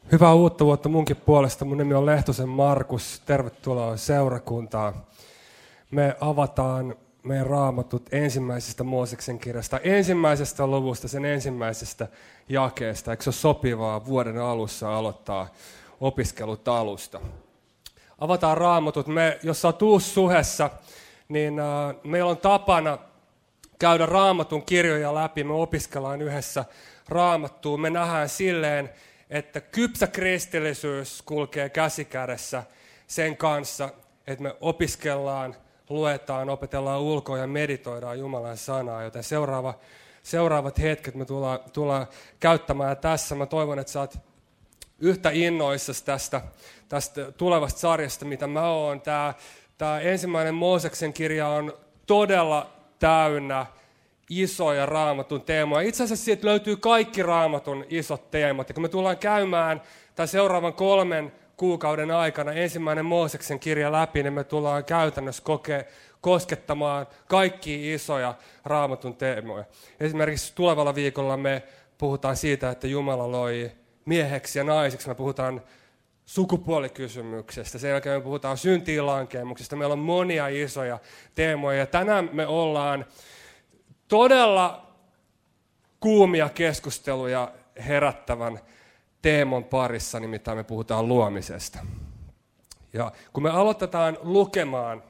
Hyvää uutta vuotta munkin puolesta. Mun nimi on Lehtosen Markus. Tervetuloa seurakuntaan. Me avataan meidän raamatut ensimmäisestä Mooseksen kirjasta, ensimmäisestä luvusta, sen ensimmäisestä jakeesta. Eikö se ole sopivaa vuoden alussa aloittaa opiskelut alusta? Avataan raamatut. Jos sä oot uussuhessa, niin meillä on tapana käydä raamatun kirjoja läpi. Me opiskellaan yhdessä raamattua. Me nähdään silleen, että kypsä kristillisyys kulkee käsi kädessä sen kanssa, että me opiskellaan, luetaan, opetellaan ulkoa ja meditoidaan Jumalan sanaa. Joten seuraavat hetket me tullaan käyttämään tässä. Mä toivon, että sä oot yhtä innoissasi tästä tulevasta sarjasta, mitä mä oon. Tämä ensimmäinen Mooseksen kirja on todella täynnä isoja raamatun teemoja. Itse asiassa siitä löytyy kaikki raamatun isot teemat. Ja kun me tullaan käymään tämän seuraavan 3 kuukauden aikana ensimmäinen Mooseksen kirja läpi, niin me tullaan käytännössä koskettamaan kaikkia isoja raamatun teemoja. Esimerkiksi tulevalla viikolla me puhutaan siitä, että Jumala loi mieheksi ja naiseksi. Me puhutaan sukupuolikysymyksestä. Sen jälkeen me puhutaan syntiin lankeemuksesta. Meillä on monia isoja teemoja. Ja tänään me ollaan todella kuumia keskusteluja herättävän teeman parissa, nimittäin me puhutaan luomisesta. Ja kun me aloitetaan lukemaan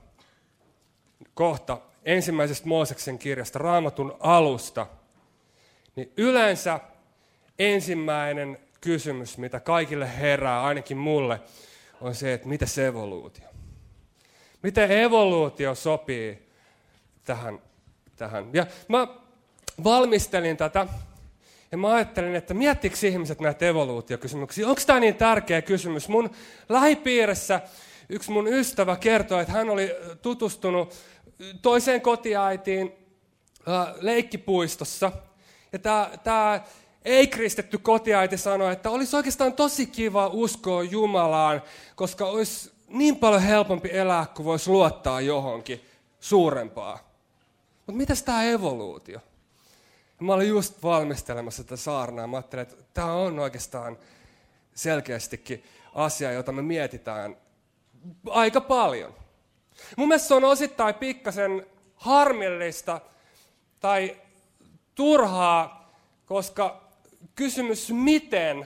kohta ensimmäisestä Mooseksen kirjasta, Raamatun alusta, niin yleensä ensimmäinen kysymys, mitä kaikille herää, ainakin mulle, on se, että mitä se evoluutio? Miten evoluutio sopii tähän? Ja mä valmistelin tätä ja mä ajattelin, että miettikö ihmiset näitä evoluutiokysymyksiä? Onko tämä niin tärkeä kysymys? Mun lähipiirissä yksi mun ystävä kertoi, että hän oli tutustunut toiseen kotiäitiin leikkipuistossa. Ja tämä ei-kristitty kotiäiti sanoi, että olisi oikeastaan tosi kiva uskoa Jumalaan, koska olisi niin paljon helpompi elää, kun voisi luottaa johonkin suurempaa. Mutta mitäs tämä evoluutio? Mä olin just valmistelemassa tätä saarnaa. Mä ajattelin, että tämä on oikeastaan selkeästikin asia, jota me mietitään aika paljon. Mun mielestä se on osittain pikkasen harmillista tai turhaa, koska kysymys miten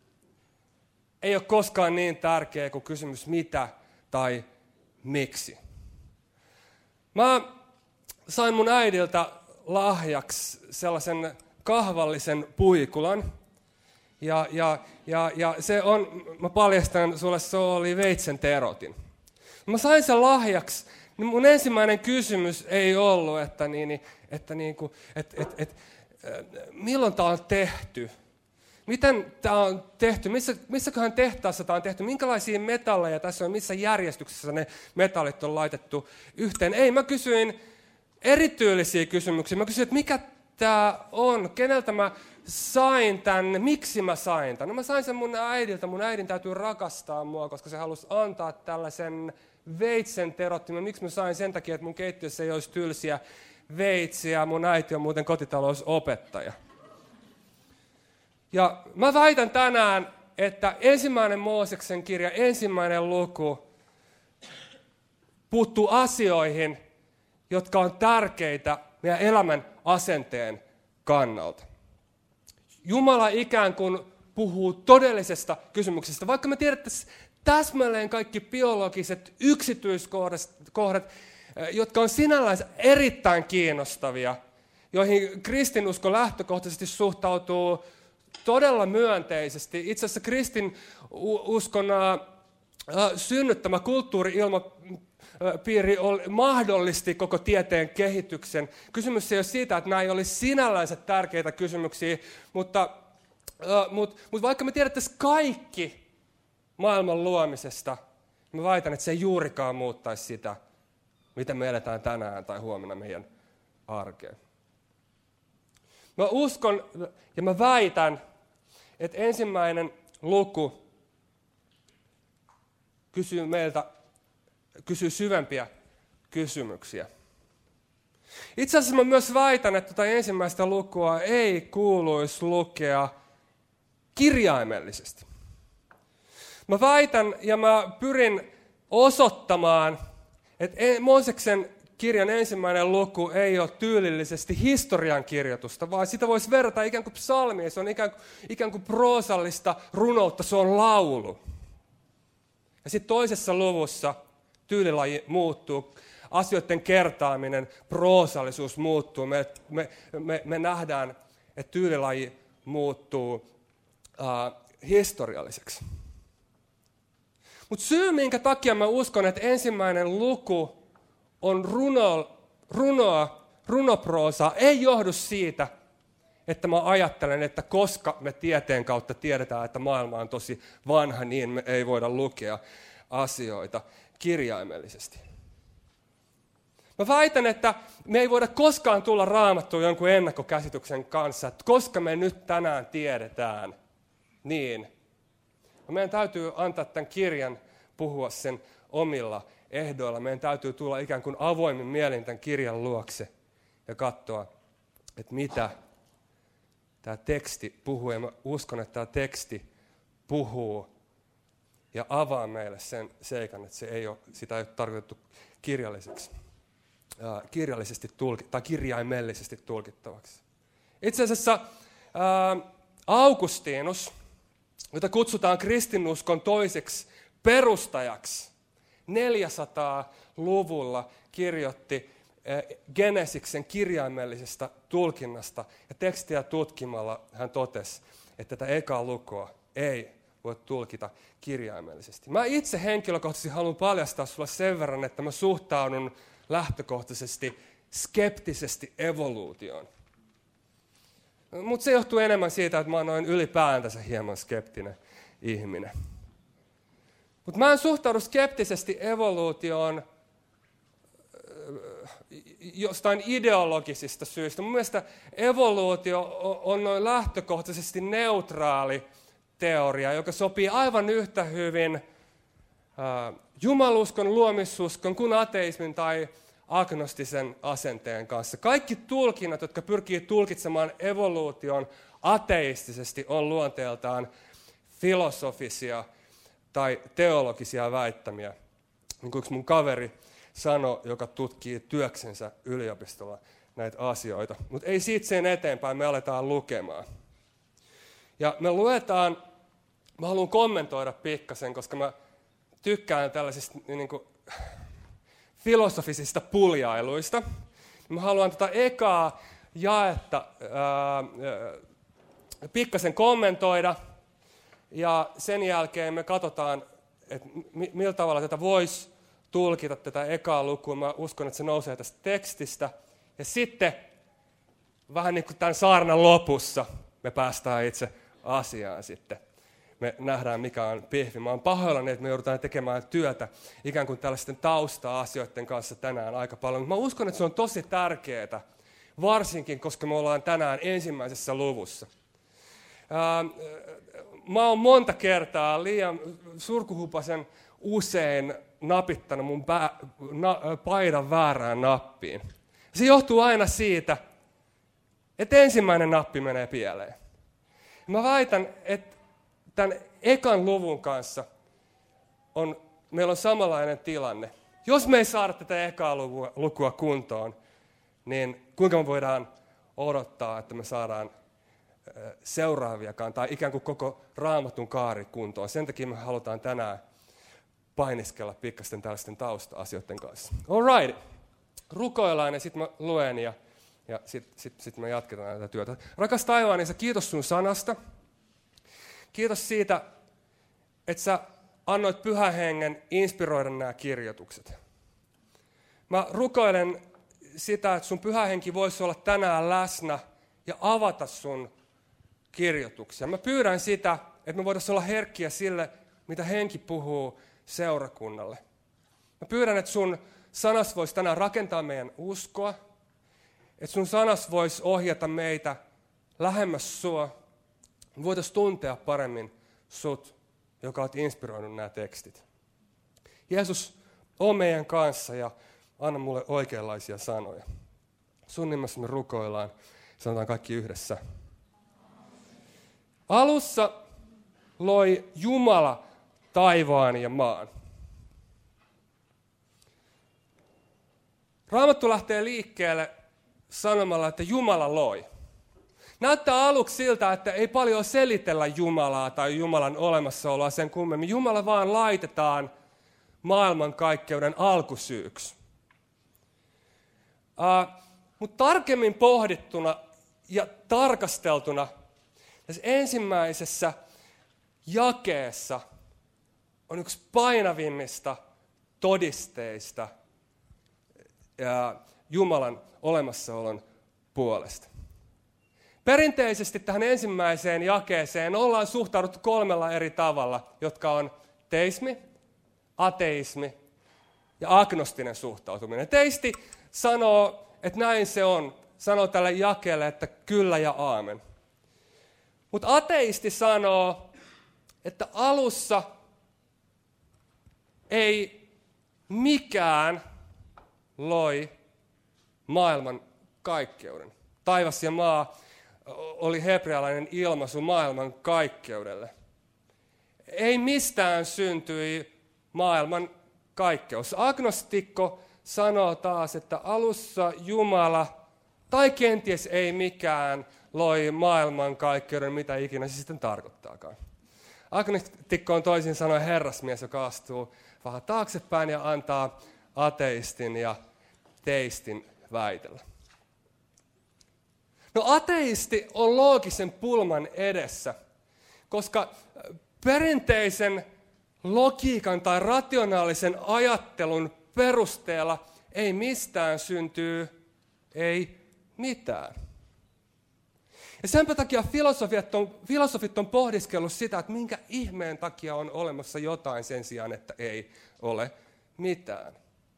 ei ole koskaan niin tärkeä kuin kysymys mitä tai miksi. Mä sain mun äidiltä lahjaksi sellaisen kahvallisen puikulan. Ja se on, mä paljastan sulle, se oli veitsenterotin. Mä sain sen lahjaksi, niin mun ensimmäinen kysymys ei ollut, että milloin tää on tehty? Miten tämä on tehty? Missäköhän tehtaassa tämä on tehty? Minkälaisia metalleja tässä on? Missä järjestyksessä ne metallit on laitettu yhteen? Ei, mä kysyin erityylisiä kysymyksiä. Mä kysyin, että mikä tämä on? Keneltä mä sain tämän? Miksi mä sain tämän? No mä sain sen mun äidiltä. Mun äidin täytyy rakastaa mua, koska se halusi antaa tällaisen veitsenterottimen. Miksi mä sain? Sen takia, että mun keittiössä ei olisi tylsiä veitsiä. Mun äiti on muuten kotitalousopettaja. Ja mä väitän tänään, että ensimmäinen Mooseksen kirja, ensimmäinen luku puuttuu asioihin, jotka on tärkeitä meidän elämän asenteen kannalta. Jumala ikään kuin puhuu todellisesta kysymyksestä. Vaikka me tiedettäisiin täsmälleen kaikki biologiset yksityiskohdat, jotka on sinällään erittäin kiinnostavia, joihin kristinusko lähtökohtaisesti suhtautuu todella myönteisesti. Itse asiassa kristinuskon synnyttämä kulttuuri-ilmapiiri mahdollisti koko tieteen kehityksen. Kysymys ei ole siitä, että nämä ei olisi sinällänsä tärkeitä kysymyksiä, mutta vaikka me tiedettäisiin kaikki maailman luomisesta, mä väitän, että se ei juurikaan muuttaisi sitä, miten me eletään tänään tai huomenna meidän arkeen. Mä uskon ja mä väitän, että ensimmäinen luku kysyy syvempiä kysymyksiä. Itse asiassa mä myös väitän, että tätä ensimmäistä lukua ei kuuluisi lukea kirjaimellisesti. Mä väitän ja mä pyrin osoittamaan, että Mooseksen kirjan ensimmäinen luku ei ole tyylillisesti historian kirjoitusta, vaan sitä voisi verrata ikään kuin psalmiin. Se on ikään kuin proosallista runoutta, se on laulu. Ja sitten toisessa luvussa tyylilaji muuttuu, asioiden kertaaminen, proosallisuus muuttuu. Me nähdään, että tyylilaji muuttuu historialliseksi. Mutta syy, minkä takia mä uskon, että ensimmäinen luku on runoproosaa, ei johdu siitä, että mä ajattelen, että koska me tieteen kautta tiedetään, että maailma on tosi vanha, niin me ei voida lukea asioita kirjaimellisesti. Mä väitän, että me ei voida koskaan tulla Raamattuun jonkun ennakkokäsityksen kanssa, että koska me nyt tänään tiedetään, niin meidän täytyy antaa tämän kirjan puhua sen omilla ehdoilla. Meidän täytyy tulla ikään kuin avoimin mielin tämän kirjan luokse ja katsoa, että mitä tämä teksti puhuu. Ja mä uskon, että tämä teksti puhuu ja avaa meille sen seikan, että sitä ei ole tarkoitettu kirjaimellisesti tulkittavaksi. Itse asiassa Augustinus, jota kutsutaan kristinuskon toiseksi perustajaksi, 400-luvulla kirjoitti Genesiksen kirjaimellisesta tulkinnasta, ja tekstiä tutkimalla hän totesi, että tätä ekaa lukua ei voi tulkita kirjaimellisesti. Mä itse henkilökohtaisesti haluan paljastaa sulle sen verran, että mä suhtaudun lähtökohtaisesti skeptisesti evoluutioon. Mutta se johtuu enemmän siitä, että mä oon noin ylipäätänsä hieman skeptinen ihminen. Mutta mä en suhtaudu skeptisesti evoluutioon jostain ideologisista syistä. Mun mielestä evoluutio on noin lähtökohtaisesti neutraali teoria, joka sopii aivan yhtä hyvin jumaluskon, luomisuskon kuin ateismin tai agnostisen asenteen kanssa. Kaikki tulkinnat, jotka pyrkii tulkitsemaan evoluution ateistisesti, on luonteeltaan filosofisia tai teologisia väittämiä. Niin kuin yksi mun kaveri sanoi, joka tutkii työksensä yliopistolla näitä asioita. Mutta ei siitä sen eteenpäin, me aletaan lukemaan. Ja mä haluan kommentoida pikkasen, koska mä tykkään tällaisista niin kuin filosofisista puljailuista. Mä haluan ekaa jaetta pikkasen kommentoida, ja sen jälkeen me katsotaan, että millä tavalla tätä voisi tulkita, tätä ekaa lukua. Mä uskon, että se nousee tästä tekstistä. Ja sitten, vähän niin kuin tämän saarnan lopussa, me päästään itse asiaan sitten. Me nähdään, mikä on pihvi. Mä oon pahoillani, että me joudutaan tekemään työtä ikään kuin tällaisten tausta-asioiden kanssa tänään aika paljon. Mä uskon, että se on tosi tärkeää, varsinkin koska me ollaan tänään ensimmäisessä luvussa. Mä oon monta kertaa liian surkuhupasen usein napittanut mun paidan väärään nappiin. Se johtuu aina siitä, että ensimmäinen nappi menee pieleen. Mä väitän, että tämän ekan luvun kanssa meillä on samanlainen tilanne. Jos me ei saada tätä ekaa lukua kuntoon, niin kuinka me voidaan odottaa, että me saadaan seuraaviakaan, tai ikään kuin koko Raamatun kaari kuntoon. Sen takia me halutaan tänään painiskella pikkasten tällaisten tausta-asioiden kanssa. All right. Rukoillaan ja sitten mä luen ja sitten me jatketaan tätä työtä. Rakas taivaan, niin kiitos sun sanasta. Kiitos siitä, että sä annoit Pyhän Hengen inspiroida nämä kirjoitukset. Mä rukoilen sitä, että sun Pyhä Henki voisi olla tänään läsnä ja avata sun kirjoituksia. Mä pyydän sitä, että me voitaisiin olla herkkiä sille, mitä Henki puhuu seurakunnalle. Mä pyydän, että sun sanas voisi tänään rakentaa meidän uskoa, että sun sanas voisi ohjata meitä lähemmäs sua. Me voitaisiin tuntea paremmin sut, joka olet inspiroinut nämä tekstit. Jeesus, oo meidän kanssa ja anna mulle oikeanlaisia sanoja. Sun nimessä me rukoillaan, sanotaan kaikki yhdessä. Alussa loi Jumala taivaan ja maan. Raamattu lähtee liikkeelle sanomalla, että Jumala loi. Näyttää aluksi siltä, että ei paljon selitellä Jumalaa tai Jumalan olemassaoloa sen kummemmin. Jumala vaan laitetaan maailmankaikkeuden alkusyyksi. Mutta tarkemmin pohdittuna ja tarkasteltuna tässä ensimmäisessä jakeessa on yksi painavimmista todisteista Jumalan olemassaolon puolesta. Perinteisesti tähän ensimmäiseen jakeeseen ollaan suhtauduttu 3 eri tavalla, jotka on teismi, ateismi ja agnostinen suhtautuminen. Teisti sanoo, että näin se on, sanoo tälle jakeelle, että kyllä ja aamen. Mutta ateisti sanoo, että alussa ei mikään loi maailman kaikkeuden. Taivas ja maa oli hebrealainen ilmaisu maailman kaikkeudelle. Ei mistään syntyi maailman kaikkeus. Agnostikko sanoo taas, että alussa Jumala, tai kenties ei mikään, loi maailmankaikkeuden, mitä ikinä se sitten tarkoittaakaan. Agnostikko on toisin sanoen herrasmies, joka astuu vähän taaksepäin ja antaa ateistin ja teistin väitellä. No ateisti on loogisen pulman edessä, koska perinteisen logiikan tai rationaalisen ajattelun perusteella ei mistään syntyy ei mitään. Ja senpä takia filosofit on pohdiskellut sitä, että minkä ihmeen takia on olemassa jotain sen sijaan, että ei ole mitään.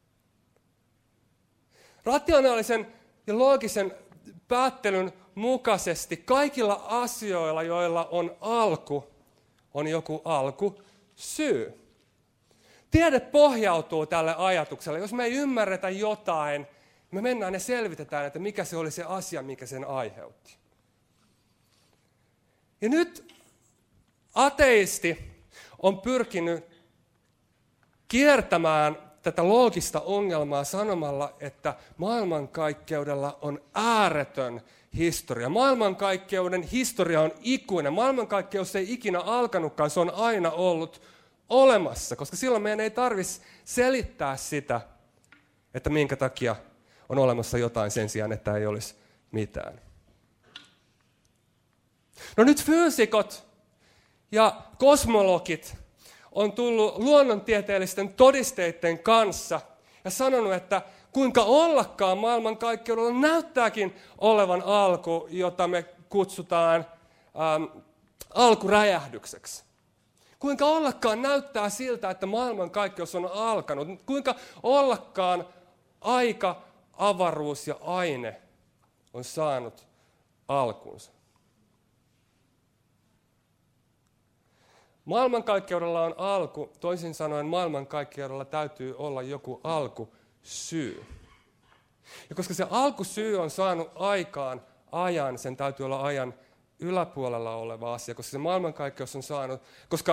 Rationaalisen ja loogisen päättelyn mukaisesti kaikilla asioilla, joilla on alku, on joku alkusyy. Tiede pohjautuu tälle ajatukselle. Jos me ei ymmärretä jotain, me mennään ja selvitetään, että mikä se oli se asia, mikä sen aiheutti. Ja nyt ateisti on pyrkinyt kiertämään tätä loogista ongelmaa sanomalla, että maailmankaikkeudella on ääretön historia. Maailmankaikkeuden historia on ikuinen. Maailmankaikkeus ei ikinä alkanutkaan, se on aina ollut olemassa, koska silloin meidän ei tarvitsisi selittää sitä, että minkä takia on olemassa jotain sen sijaan, että ei olisi mitään. No nyt fyysikot ja kosmologit on tullut luonnontieteellisten todisteiden kanssa ja sanonut, että kuinka ollakaan maailmankaikkeudella näyttääkin olevan alku, jota me kutsutaan alkuräjähdykseksi. Kuinka ollakaan näyttää siltä, että maailmankaikkeus on alkanut. Kuinka ollakaan aika, avaruus ja aine on saanut alkunsa. Maailmankaikkeudella on alku, toisin sanoen maailmankaikkeudella täytyy olla joku alkusyy. Ja koska se alkusyy on saanut aikaan ajan, sen täytyy olla ajan yläpuolella oleva asia, koska se maailmankaikkeus on saanut, koska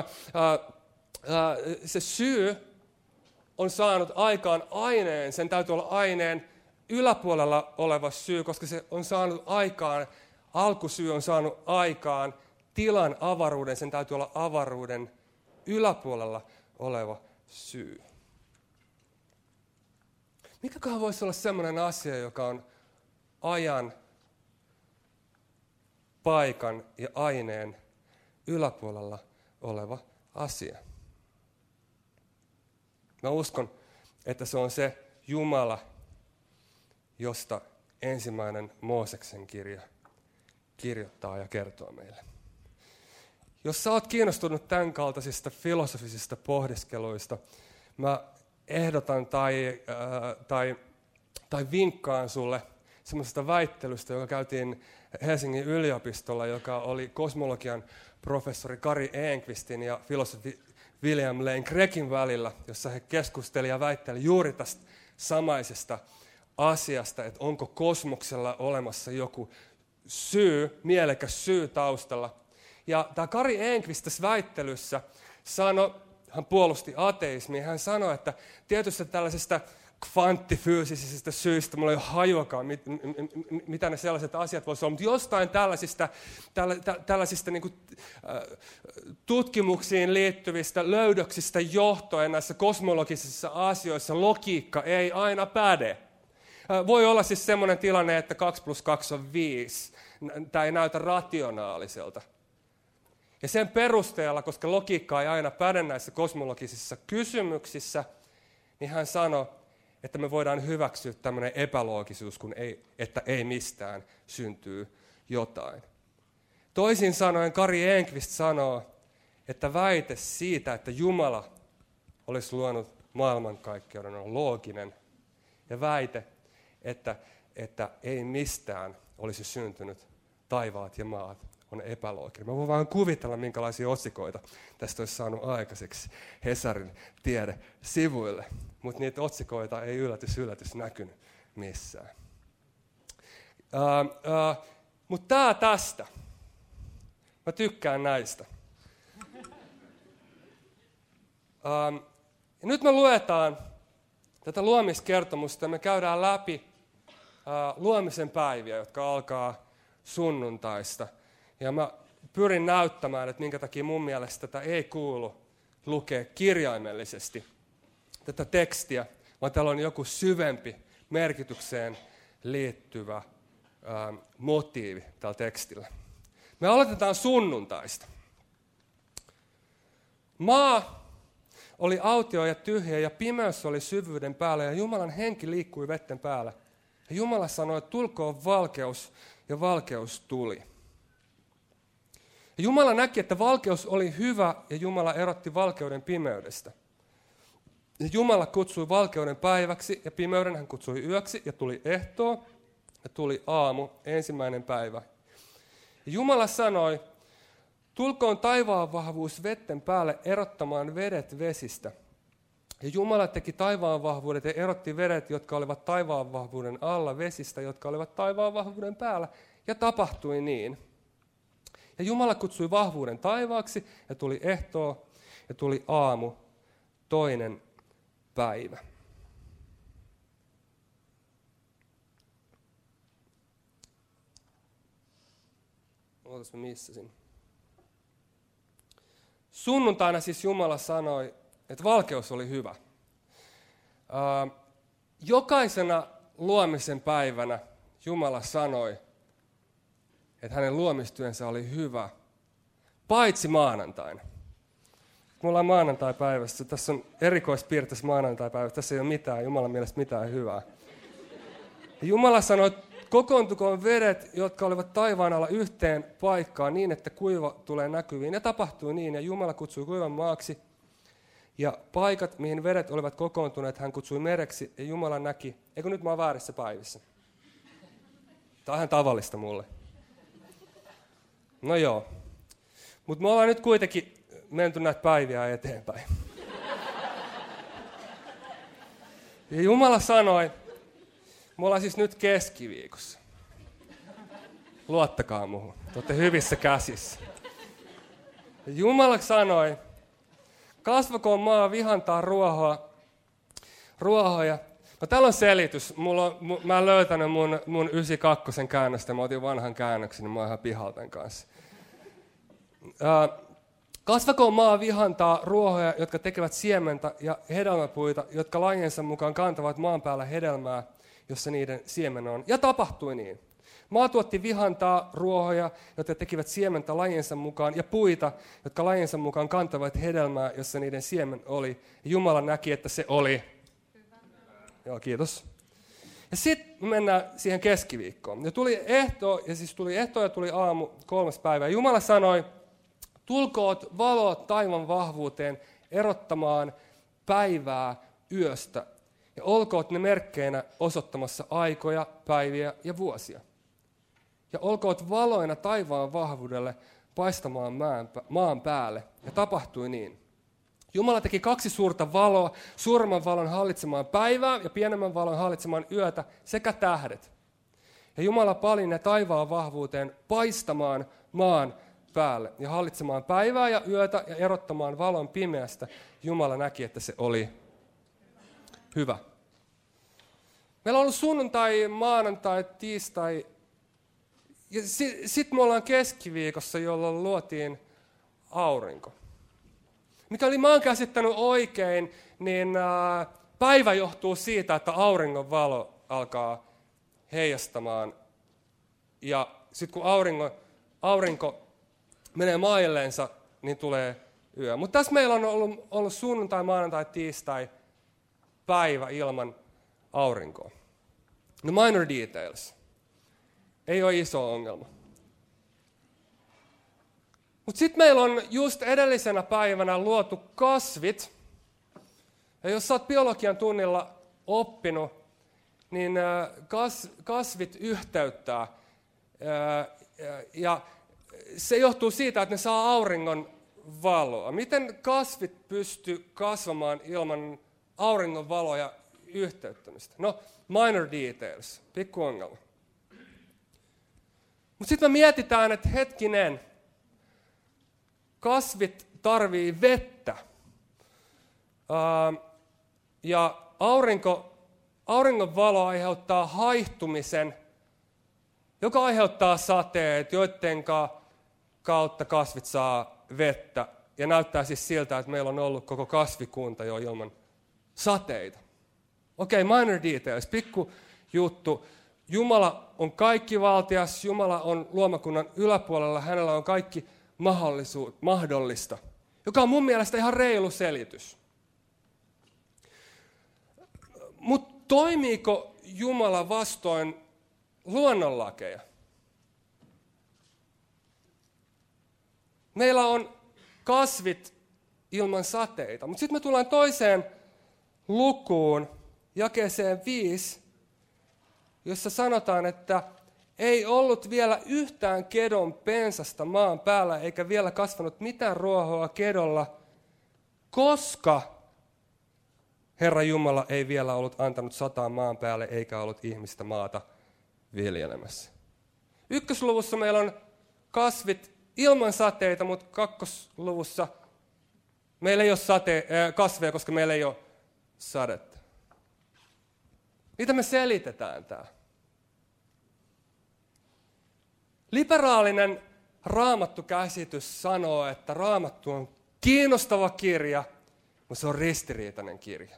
se syy on saanut aikaan aineen, sen täytyy olla aineen yläpuolella oleva syy, koska se on saanut aikaan, alkusyy on saanut aikaan tilan avaruuden, sen täytyy olla avaruuden yläpuolella oleva syy. Mikäköhän voisi olla sellainen asia, joka on ajan, paikan ja aineen yläpuolella oleva asia? Mä uskon, että se on se Jumala, josta ensimmäinen Mooseksen kirja kirjoittaa ja kertoo meille. Jos sä oot kiinnostunut tämän kaltaisista filosofisista pohdiskeluista, mä ehdotan tai vinkkaan sulle semmoisesta väittelystä, joka käytiin Helsingin yliopistolla, joka oli kosmologian professori Kari Enqvistin ja filosofi William Lane Craigin välillä, jossa he keskustelivat ja väittelivät juuri tästä samaisesta asiasta, että onko kosmoksella olemassa joku syy, mielekäs syy taustalla. Ja tämä Kari Enqvist tässä väittelyssä sanoi, hän puolusti ateismia. Hän sanoi, että tietystä tällaisesta kvanttifyysisestä syistä, mulla ei ole hajuakaan, mitä ne sellaiset asiat voisivat olla, mutta jostain tällaisista niin kuin, tutkimuksiin liittyvistä löydöksistä johtuen näissä kosmologisissa asioissa logiikka ei aina päde. Voi olla siis semmoinen tilanne, että 2 + 2 on 5. Tämä ei näytä rationaaliselta. Ja sen perusteella, koska logiikka ei aina päde näissä kosmologisissa kysymyksissä, niin hän sanoi, että me voidaan hyväksyä tämmöinen epäloogisuus, että ei mistään syntyy jotain. Toisin sanoen Kari Enqvist sanoo, että väite siitä, että Jumala olisi luonut maailmankaikkeuden, on looginen. Ja väite, että ei mistään olisi syntynyt taivaat ja maat, on epälooginen. Mä voin vaan kuvitella, minkälaisia otsikoita tästä olisi saanut aikaiseksi Hesarin tiedesivuille. Mutta niitä otsikoita ei yllätys näkynyt missään. Mutta tämä tästä. Mä tykkään näistä. Ja nyt me luetaan tätä luomiskertomusta ja me käydään läpi luomisen päiviä, jotka alkaa sunnuntaista. Ja mä pyrin näyttämään, että minkä takia mun mielestä tätä ei kuulu lukea kirjaimellisesti, tätä tekstiä, vaan täällä on joku syvempi merkitykseen liittyvä motiivi tällä tekstillä. Me aloitetaan sunnuntaista. Maa oli autio ja tyhjä ja pimeys oli syvyyden päällä ja Jumalan henki liikkui vetten päällä. Ja Jumala sanoi, että tulkoon valkeus ja valkeus tuli. Ja Jumala näki, että valkeus oli hyvä ja Jumala erotti valkeuden pimeydestä. Ja Jumala kutsui valkeuden päiväksi ja pimeyden hän kutsui yöksi ja tuli ehtoo ja tuli aamu, ensimmäinen päivä. Ja Jumala sanoi, tulkoon taivaan vahvuus vetten päälle erottamaan vedet vesistä. Ja Jumala teki taivaan vahvuudet ja erotti vedet, jotka olivat taivaan vahvuuden alla vesistä, jotka olivat taivaan vahvuuden päällä. Ja tapahtui niin. Ja Jumala kutsui vahvuuden taivaaksi ja tuli ehtoo ja tuli aamu, toinen päivä. Ootas mä missasin. Sunnuntaina siis Jumala sanoi, että valkeus oli hyvä. Jokaisena luomisen päivänä Jumala sanoi, että hänen luomistyönsä oli hyvä, paitsi maanantaina. Me ollaan maanantai-päivässä. Tässä on erikoispiirteessä maanantai-päivässä. Tässä ei ole mitään, Jumalan mielestä mitään hyvää. Ja Jumala sanoi, että kokoontukoon vedet, jotka olivat taivaan alla yhteen paikkaan niin, että kuiva tulee näkyviin. Ja tapahtui niin, ja Jumala kutsui kuivan maaksi. Ja paikat, mihin vedet olivat kokoontuneet, hän kutsui mereksi. Ja Jumala näki, eikö nyt mä oon väärissä päivissä? Tämä on ihan tavallista mulle. No joo. Mutta me ollaan nyt kuitenkin menty näitä päiviä eteenpäin. Ja Jumala sanoi, me ollaan siis nyt keskiviikossa. Luottakaa muuhun, te olette hyvissä käsissä. Ja Jumala sanoi, kasvakoon maa vihantaa ruohoja. No täällä on selitys. Mä en löytänyt mun 92 käännöstä, mä otin vanhan käännöksen, niin mä oon ihan pihalten kanssa. Kasvakoon maa vihantaa ruohoja, jotka tekevät siementä ja hedelmäpuita, jotka lajiensa mukaan kantavat maan päällä hedelmää, jossa niiden siemen on. Ja tapahtui niin. Maa tuotti vihantaa ruohoja, jotka tekivät siementä lajiensa mukaan, ja puita, jotka lajiensa mukaan kantavat hedelmää, jossa niiden siemen oli. Ja Jumala näki, että se oli. Hyvä. Joo, kiitos. Ja sitten mennään siihen keskiviikkoon. Ja tuli ehtoo ja tuli aamu, 3. päivä. Ja Jumala sanoi, tulkoot valot taivaan vahvuuteen erottamaan päivää yöstä. Ja olkoot ne merkkeinä osoittamassa aikoja, päiviä ja vuosia. Ja olkoot valoina taivaan vahvuudelle paistamaan maan päälle. Ja tapahtui niin. Jumala teki 2 suurta valoa, suuremman valon hallitsemaan päivää ja pienemmän valon hallitsemaan yötä sekä tähdet. Ja Jumala pani ne taivaan vahvuuteen paistamaan maan päälle ja hallitsemaan päivää ja yötä ja erottamaan valon pimeästä. Jumala näki, että se oli hyvä. Meillä on ollut sunnuntai, maanantai, tiistai ja sitten me ollaan keskiviikossa, jolloin luotiin aurinko. Mikäli mä oon käsittänyt oikein, niin päivä johtuu siitä, että auringon valo alkaa heijastamaan. Ja sitten kun aurinko menee mailleensa, niin tulee yö. Mutta tässä meillä on ollut sunnuntai, maanantai, tiistai päivä ilman aurinkoa. No minor details. Ei ole iso ongelma. Mutta sitten meillä on just edellisenä päivänä luotu kasvit. Ja jos sä oot biologian tunnilla oppinut, niin kasvit yhteyttää. Ja se johtuu siitä, että ne saa auringon valoa. Miten kasvit pystyy kasvamaan ilman auringon valoa ja yhteyttämistä? No, minor details, pikku ongelma. Mutta sitten me mietitään, että hetkinen, kasvit tarvii vettä. Ja auringon valo aiheuttaa haihtumisen, joka aiheuttaa sateet, joiden kautta kasvit saa vettä. Ja näyttää siis siltä, että meillä on ollut koko kasvikunta jo ilman sateita. Okei, minor details, pikku juttu. Jumala on kaikkivaltias, Jumala on luomakunnan yläpuolella, hänellä on kaikki mahdollista, joka on mun mielestä ihan reilu selitys. Mutta toimiiko Jumala vastoin luonnonlakeja? Meillä on kasvit ilman sateita, mutta sitten me tullaan toiseen lukuun, jakeeseen 5, jossa sanotaan, että ei ollut vielä yhtään kedon pensasta maan päällä, eikä vielä kasvanut mitään ruohoa kedolla, koska Herra Jumala ei vielä ollut antanut sataa maan päälle, eikä ollut ihmistä maata viljelemässä. Ykkösluvussa meillä on kasvit ilman sateita, mutta kakkosluvussa meillä ei ole kasveja, koska meillä ei ole sadetta. Mitä me selitetään tämä? Liberaalinen raamattukäsitys sanoo, että Raamattu on kiinnostava kirja, mutta se on ristiriitainen kirja.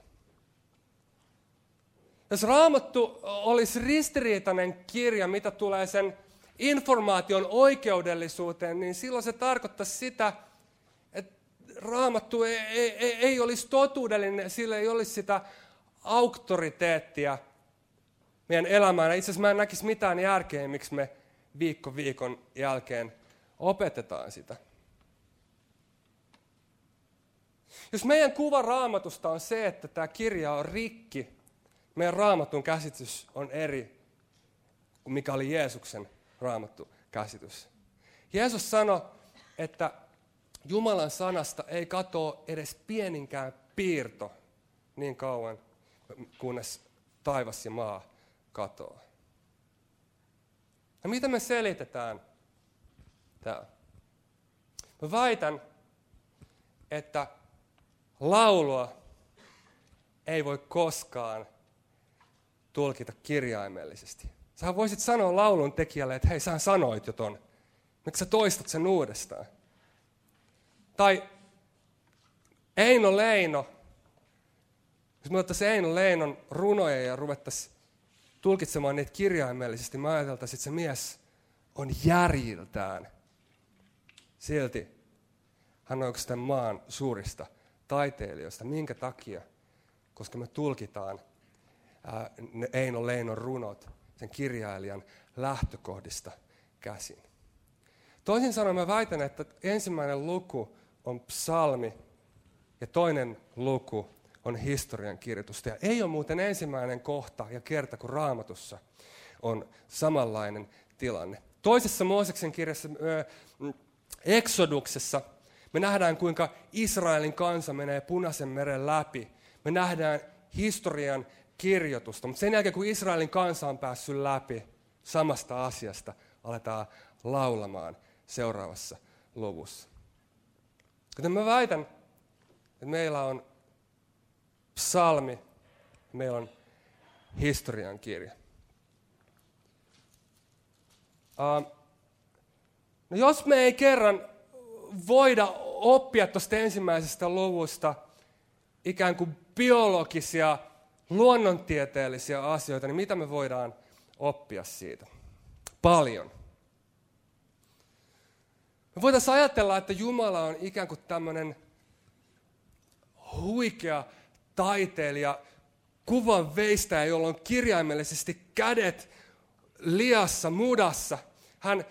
Jos Raamattu olisi ristiriitainen kirja, mitä tulee sen informaation oikeudellisuuteen, niin silloin se tarkoittaisi sitä, että Raamattu ei olisi totuudellinen, sillä ei olisi sitä auktoriteettia meidän elämään. Itse asiassa mä en näkisi mitään järkeä, miksi me viikko viikon jälkeen opetetaan sitä. Jos meidän kuva Raamatusta on se, että tämä kirja on rikki, meidän Raamatun käsitys on eri kuin mikä oli Jeesuksen Raamattu-käsitys. Jeesus sanoi, että Jumalan sanasta ei katoa edes pieninkään piirto niin kauan, kunnes taivas ja maa katoaa. Ja mitä me selitetään tämä? Mä väitän, että laulua ei voi koskaan tulkita kirjaimellisesti. Sä voisit sanoa laulun tekijälle, että hei, sä sanoit jo ton. Miksi sä toistat sen uudestaan? Tai Eino Leino. Jos me ottaisiin Eino Leinon runoja ja ruvettaisiin tulkitsemaan niitä kirjaimellisesti, mä ajateltaisin, että se mies on järjiltään. Silti hän on yksi tämän maan suurista taiteilijoista. Minkä takia? Koska me tulkitaan Eino Leinon runot sen kirjailijan lähtökohdista käsin. Toisin sanoen mä väitän, että ensimmäinen luku on psalmi ja toinen luku on historian kirjoitusta. Ja ei ole muuten ensimmäinen kohta ja kerta, kun Raamatussa on samanlainen tilanne. Toisessa Mooseksen kirjassa, Eksoduksessa, me nähdään, kuinka Israelin kansa menee Punaisen meren läpi. Me nähdään historian kirjoitusta, mutta sen jälkeen, kun Israelin kansa on päässyt läpi samasta asiasta, aletaan laulamaan seuraavassa luvussa. Joten mä väitän, että meillä on psalmi, meillä on historian kirja. No jos me ei kerran voida oppia tuosta ensimmäisestä luvusta ikään kuin biologisia, luonnontieteellisiä asioita, niin mitä me voidaan oppia siitä? Paljon. Me voitaisiin ajatella, että Jumala on ikään kuin tämmöinen huikea taiteilija, kuvan veistäjä, jolla on kirjaimellisesti kädet liassa, mudassa. Hän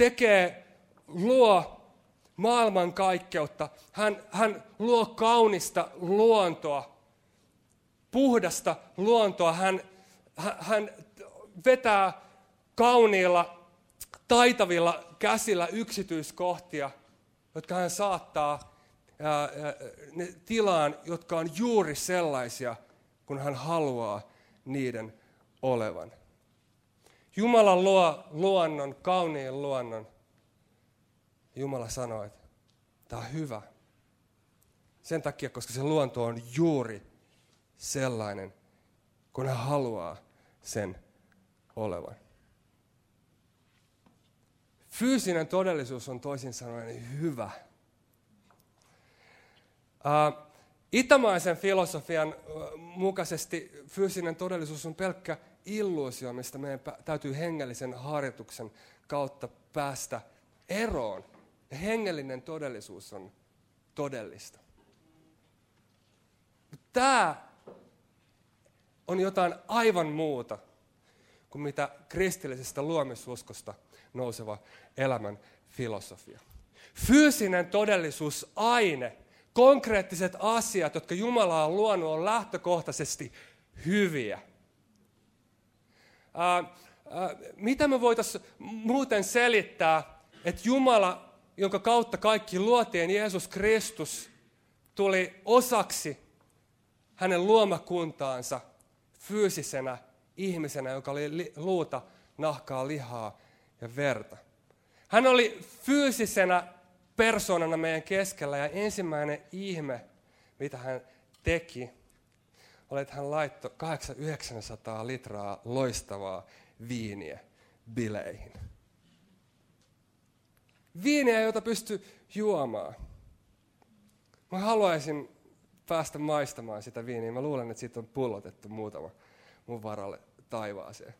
luo maailmankaikkeutta. Hän luo kaunista luontoa, puhdasta luontoa. Hän vetää kauniilla, taitavilla käsillä yksityiskohtia, jotka hän saattaa ne tilaan, jotka on juuri sellaisia, kun hän haluaa niiden olevan. Jumala luo luonnon, kauniin luonnon. Jumala sanoo, että tämä on hyvä. Sen takia, koska se luonto on juuri sellainen, kun hän haluaa sen olevan. Fyysinen todellisuus on toisin sanoen hyvä. Itämaisen filosofian mukaisesti fyysinen todellisuus on pelkkä illuusio, mistä meidän täytyy hengellisen harjoituksen kautta päästä eroon. Ja hengellinen todellisuus on todellista. Tämä on jotain aivan muuta kuin mitä kristillisestä luomisuskosta nouseva elämän filosofia. Fyysinen todellisuus, aine, konkreettiset asiat, jotka Jumala on luonut, on lähtökohtaisesti hyviä. Mitä me voitaisiin muuten selittää, että Jumala, jonka kautta kaikki luotiin, Jeesus Kristus, tuli osaksi hänen luomakuntaansa fyysisenä ihmisenä, joka oli luuta, nahkaa, lihaa ja verta. Hän oli fyysisenä persoonana meidän keskellä ja ensimmäinen ihme, mitä hän teki, oli, että hän laittoi 800-900 litraa loistavaa viiniä bileihin. Viiniä, jota pystyy juomaan. Mä haluaisin päästä maistamaan sitä viiniä. Mä luulen, että siitä on pullotettu muutama mun varalle taivaaseen.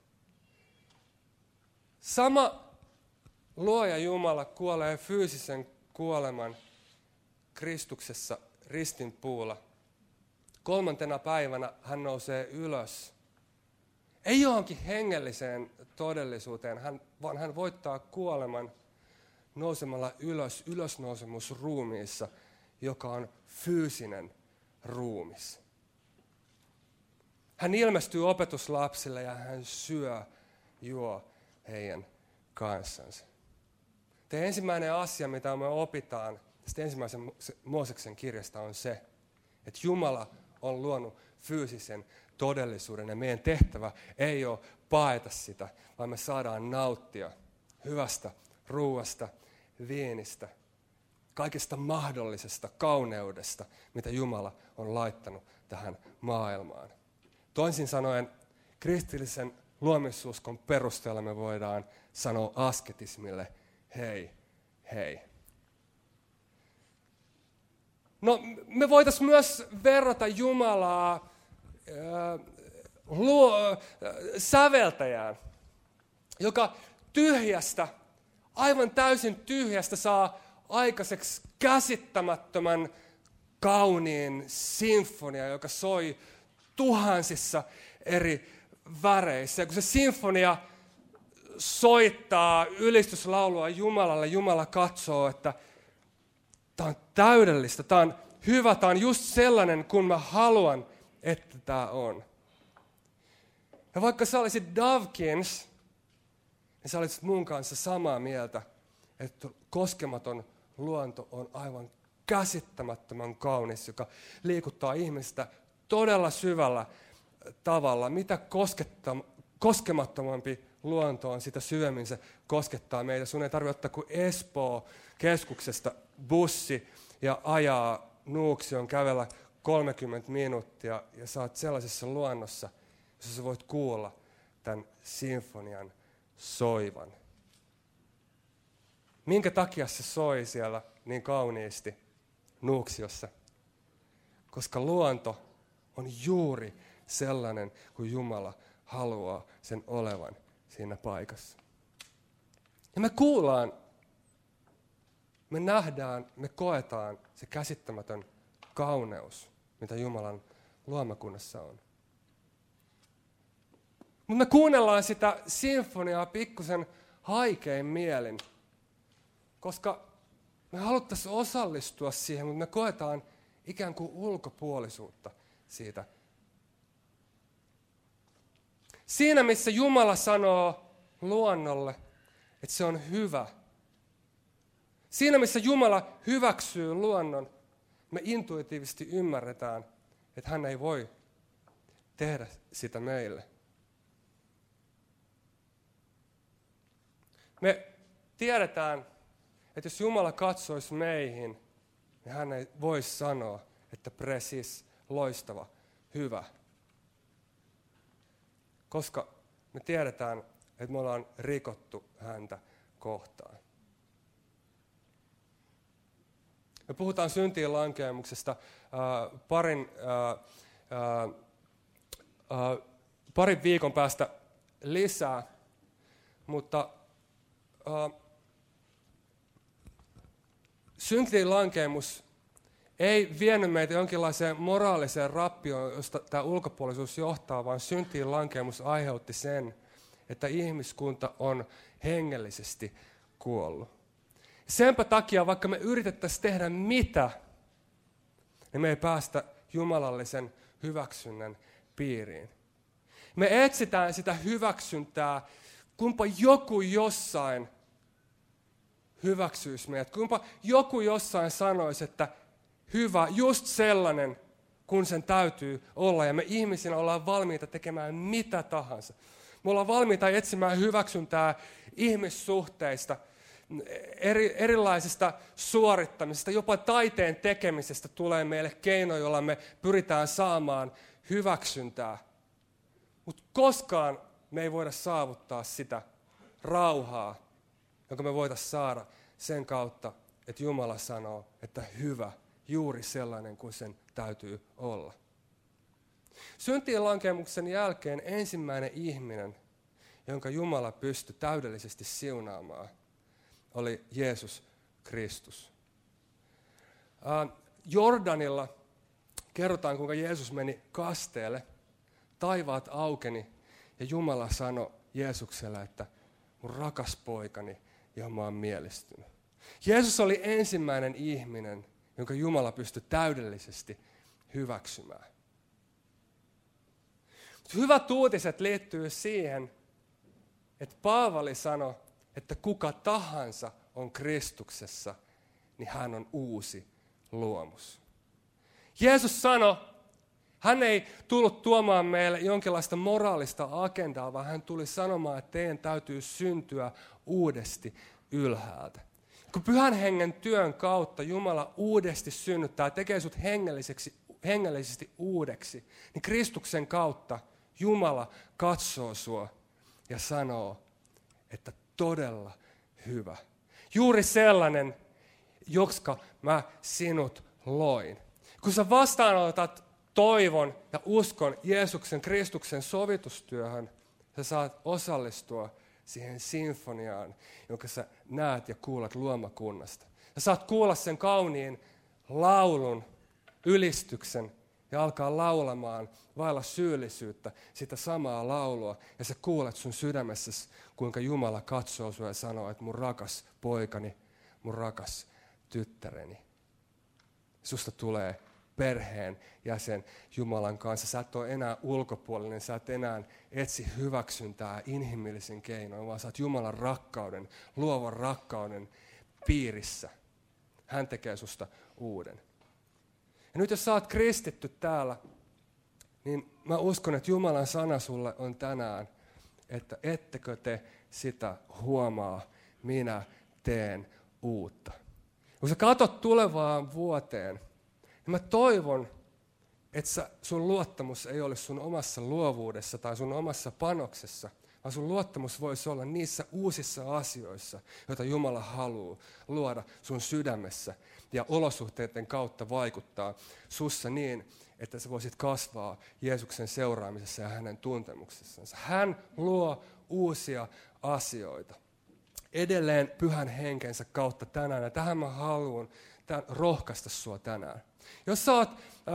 Sama luoja Jumala kuolee fyysisen kuoleman Kristuksessa ristinpuulla. 3. päivänä hän nousee ylös. Ei johonkin hengelliseen todellisuuteen, vaan hän voittaa kuoleman nousemalla ylös ylösnousemusruumiissa, joka on fyysinen ruumis. Hän ilmestyy opetuslapsille ja hän juo heidän kanssansa. Ensimmäinen asia, mitä me opitaan tästä ensimmäisen Mooseksen kirjasta, on se, että Jumala on luonut fyysisen todellisuuden ja meidän tehtävä ei ole paeta sitä, vaan me saadaan nauttia hyvästä ruuasta, viinistä, kaikesta mahdollisesta kauneudesta, mitä Jumala on laittanut tähän maailmaan. Toisin sanoen, kristillisen luomisuuskon perusteella me voidaan sanoa asketismille, hei. No, me voitaisiin myös verrata Jumalaa säveltäjään, joka tyhjästä, aivan täysin tyhjästä saa aikaiseksi käsittämättömän kauniin sinfonia, joka soi tuhansissa eri väreissä. Ja kun se sinfonia soittaa ylistyslaulua Jumalalle, Jumala katsoo, että tämä on täydellistä, tämä on hyvä, tämä on just sellainen, kun mä haluan, että tämä on. Ja vaikka sä olisit Dawkins, niin sä olisit mun kanssa samaa mieltä, että koskematon luonto on aivan käsittämättömän kaunis, joka liikuttaa ihmistä todella syvällä tavalla. Mitä koskemattomampi luontoon, sitä syvemmin se koskettaa meitä. Sun ei tarvitse ottaa kuin Espoo-keskuksesta bussi ja ajaa Nuuksion, kävellä 30 minuuttia ja sä oot sellaisessa luonnossa, jossa sä voit kuulla tämän sinfonian soivan. Minkä takia se soi siellä niin kauniisti Nuuksiossa? Koska luonto on juuri sellainen kuin Jumala haluaa sen olevan siinä paikassa. Ja me kuullaan, me nähdään, me koetaan se käsittämätön kauneus, mitä Jumalan luomakunnassa on. Mutta me kuunnellaan sitä sinfoniaa pikkusen haikein mielin, koska me haluttaisiin osallistua siihen, mutta me koetaan ikään kuin ulkopuolisuutta siitä. Siinä, missä Jumala sanoo luonnolle, että se on hyvä. Siinä, missä Jumala hyväksyy luonnon, me intuitiivisesti ymmärretään, että hän ei voi tehdä sitä meille. Me tiedetään, että jos Jumala katsoisi meihin, niin hän ei voisi sanoa, että precis, loistava, hyvä. Koska me tiedetään, että me ollaan rikottu häntä kohtaan. Me puhutaan syntien lankeamuksesta parin viikon päästä lisää, mutta syntien lankeamus ei vienyt meitä jonkinlaiseen moraaliseen rappioon, josta tämä ulkopuolisuus johtaa, vaan syntien lankeamus aiheutti sen, että ihmiskunta on hengellisesti kuollut. Senpä takia, vaikka me yritettäisiin tehdä mitä, niin me ei päästä jumalallisen hyväksynnän piiriin. Me etsitään sitä hyväksyntää, kumpa joku jossain hyväksyisi meidät, kumpa joku jossain sanoisi, että hyvä, just sellainen, kun sen täytyy olla. Ja me ihmisinä ollaan valmiita tekemään mitä tahansa. Me ollaan valmiita etsimään hyväksyntää ihmissuhteista, erilaisista suorittamisista, jopa taiteen tekemisestä tulee meille keino, jolla me pyritään saamaan hyväksyntää. Mutta koskaan me ei voida saavuttaa sitä rauhaa, jonka me voitaisiin saada sen kautta, että Jumala sanoo, että hyvä, juuri sellainen kuin sen täytyy olla. Syntien lankeemuksen jälkeen ensimmäinen ihminen, jonka Jumala pystyi täydellisesti siunaamaan, oli Jeesus Kristus. Jordanilla kerrotaan, kuinka Jeesus meni kasteelle, taivaat aukeni ja Jumala sanoi Jeesukselle, että mun rakas poikani, johon mä oon mielistynyt. Jeesus oli ensimmäinen ihminen, jonka Jumala pystyi täydellisesti hyväksymään. Hyvät uutiset liittyy siihen, että Paavali sanoi, että kuka tahansa on Kristuksessa, niin hän on uusi luomus. Jeesus sanoi, hän ei tullut tuomaan meille jonkinlaista moraalista agendaa, vaan hän tuli sanomaan, että teidän täytyy syntyä uudesti ylhäältä. Kun Pyhän Hengen työn kautta Jumala uudesti synnyttää, tekee sut hengellisesti uudeksi, niin Kristuksen kautta Jumala katsoo sua ja sanoo, että todella hyvä. Juuri sellainen, joska mä sinut loin. Kun sä vastaanotat toivon ja uskon Jeesuksen Kristuksen sovitustyöhön, sä saat osallistua siihen sinfoniaan, jonka sä näet ja kuulet luomakunnasta. Sä saat kuulla sen kauniin laulun, ylistyksen ja alkaa laulamaan vailla syyllisyyttä sitä samaa laulua. Ja sä kuulet sun sydämessäsi, kuinka Jumala katsoo sua ja sanoo, että mun rakas poikani, mun rakas tyttäreni. Susta tulee perheen jäsen Jumalan kanssa. Sä et ole enää ulkopuolinen, sä et enää etsi hyväksyntää inhimillisen keinoin, vaan sä oot Jumalan rakkauden, luovan rakkauden piirissä. Hän tekee susta uuden. Ja nyt jos sä oot kristitty täällä, niin mä uskon, että Jumalan sana sulle on tänään, että ettekö te sitä huomaa, minä teen uutta. Kun sä katot tulevaan vuoteen, niin mä toivon, että sun luottamus ei ole sun omassa luovuudessa tai sun omassa panoksessa, vaan sun luottamus voisi olla niissä uusissa asioissa, joita Jumala haluaa luoda sun sydämessä ja olosuhteiden kautta vaikuttaa sussa niin, että sä voisit kasvaa Jeesuksen seuraamisessa ja hänen tuntemuksessansa. Hän luo uusia asioita edelleen Pyhän Henkensä kautta tänään, ja tähän mä haluan rohkaista sua tänään. Jos sä oot,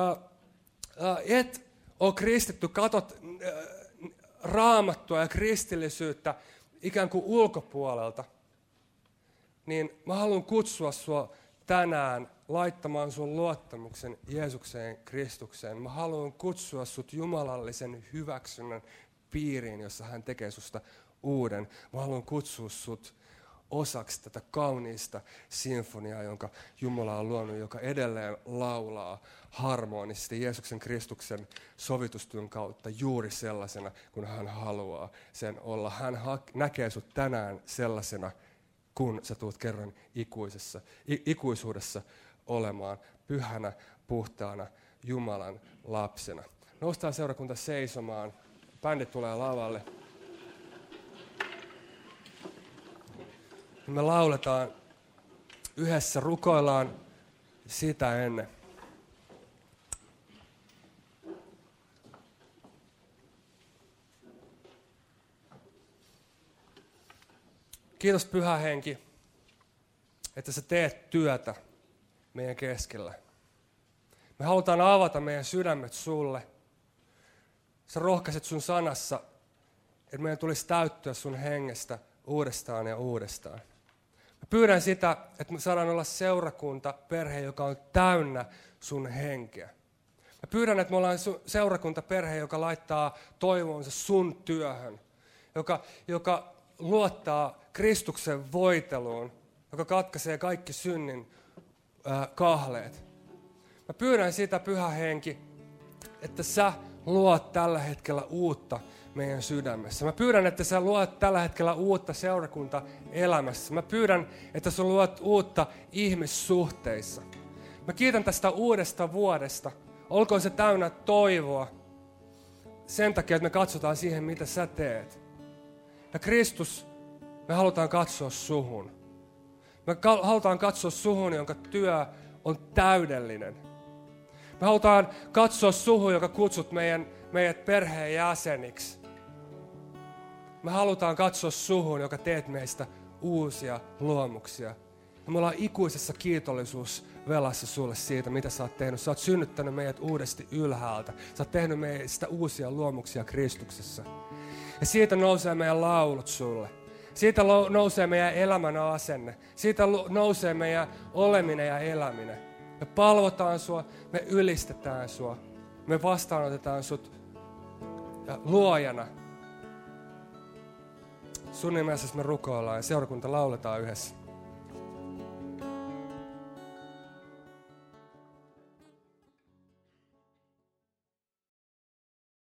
et ole kristitty, katot Raamattua ja kristillisyyttä ikään kuin ulkopuolelta, niin mä haluan kutsua sua tänään laittamaan sun luottamuksen Jeesukseen Kristukseen. Mä haluan kutsua sut jumalallisen hyväksynnän piiriin, jossa hän tekee susta uuden. Mä haluan kutsua sut osaksi tätä kauniista sinfoniaa, jonka Jumala on luonut, joka edelleen laulaa harmonisesti Jeesuksen Kristuksen sovitustyön kautta juuri sellaisena, kun hän haluaa sen olla. Hän näkee sut tänään sellaisena, kun sä tulet kerran ikuisuudessa olemaan pyhänä, puhtaana Jumalan lapsena. Noustaan seurakunta seisomaan. Bändi tulee lavalle. Me lauletaan yhdessä, rukoillaan sitä ennen. Kiitos Pyhä Henki, että sä teet työtä meidän keskellä. Me halutaan avata meidän sydämet sulle. Sä rohkaiset sun sanassa, että meidän tulisi täyttyä sun hengestä uudestaan ja uudestaan. Mä pyydän sitä, että me saadaan olla seurakunta, perhe, joka on täynnä sun henkeä. Mä pyydän, että me ollaan seurakunta, perhe, joka laittaa toivonsa sun työhön, joka luottaa Kristuksen voiteluun, joka katkaisee kaikki synnin kahleet. Mä pyydän sitä, Pyhä Henki, että sä luot tällä hetkellä uutta meidän sydämessä. Mä pyydän, että sä luot tällä hetkellä uutta seurakuntaelämässä. Mä pyydän, että sä luot uutta ihmissuhteissa. Mä kiitän tästä uudesta vuodesta. Olkoon se täynnä toivoa sen takia, että me katsotaan siihen, mitä sä teet. Ja Kristus, me halutaan katsoa suhun. Me halutaan katsoa suhun, jonka työ on täydellinen. Me halutaan katsoa suhun, joka kutsut meidät perheen jäseniksi. Me halutaan katsoa suhun, joka teet meistä uusia luomuksia. Ja me ollaan ikuisessa kiitollisuusvelassa sulle siitä, mitä sä oot tehnyt. Sä oot synnyttänyt meidät uudesti ylhäältä. Sä oot tehnyt meistä uusia luomuksia Kristuksessa. Ja siitä nousee meidän laulut sulle. Siitä nousee meidän elämän asenne. Siitä nousee meidän oleminen ja eläminen. Me palvotaan sua, me ylistetään sua. Me vastaanotetaan sut luojana. Sun nimessä me rukoillaan ja seurakunta lauletaan yhdessä.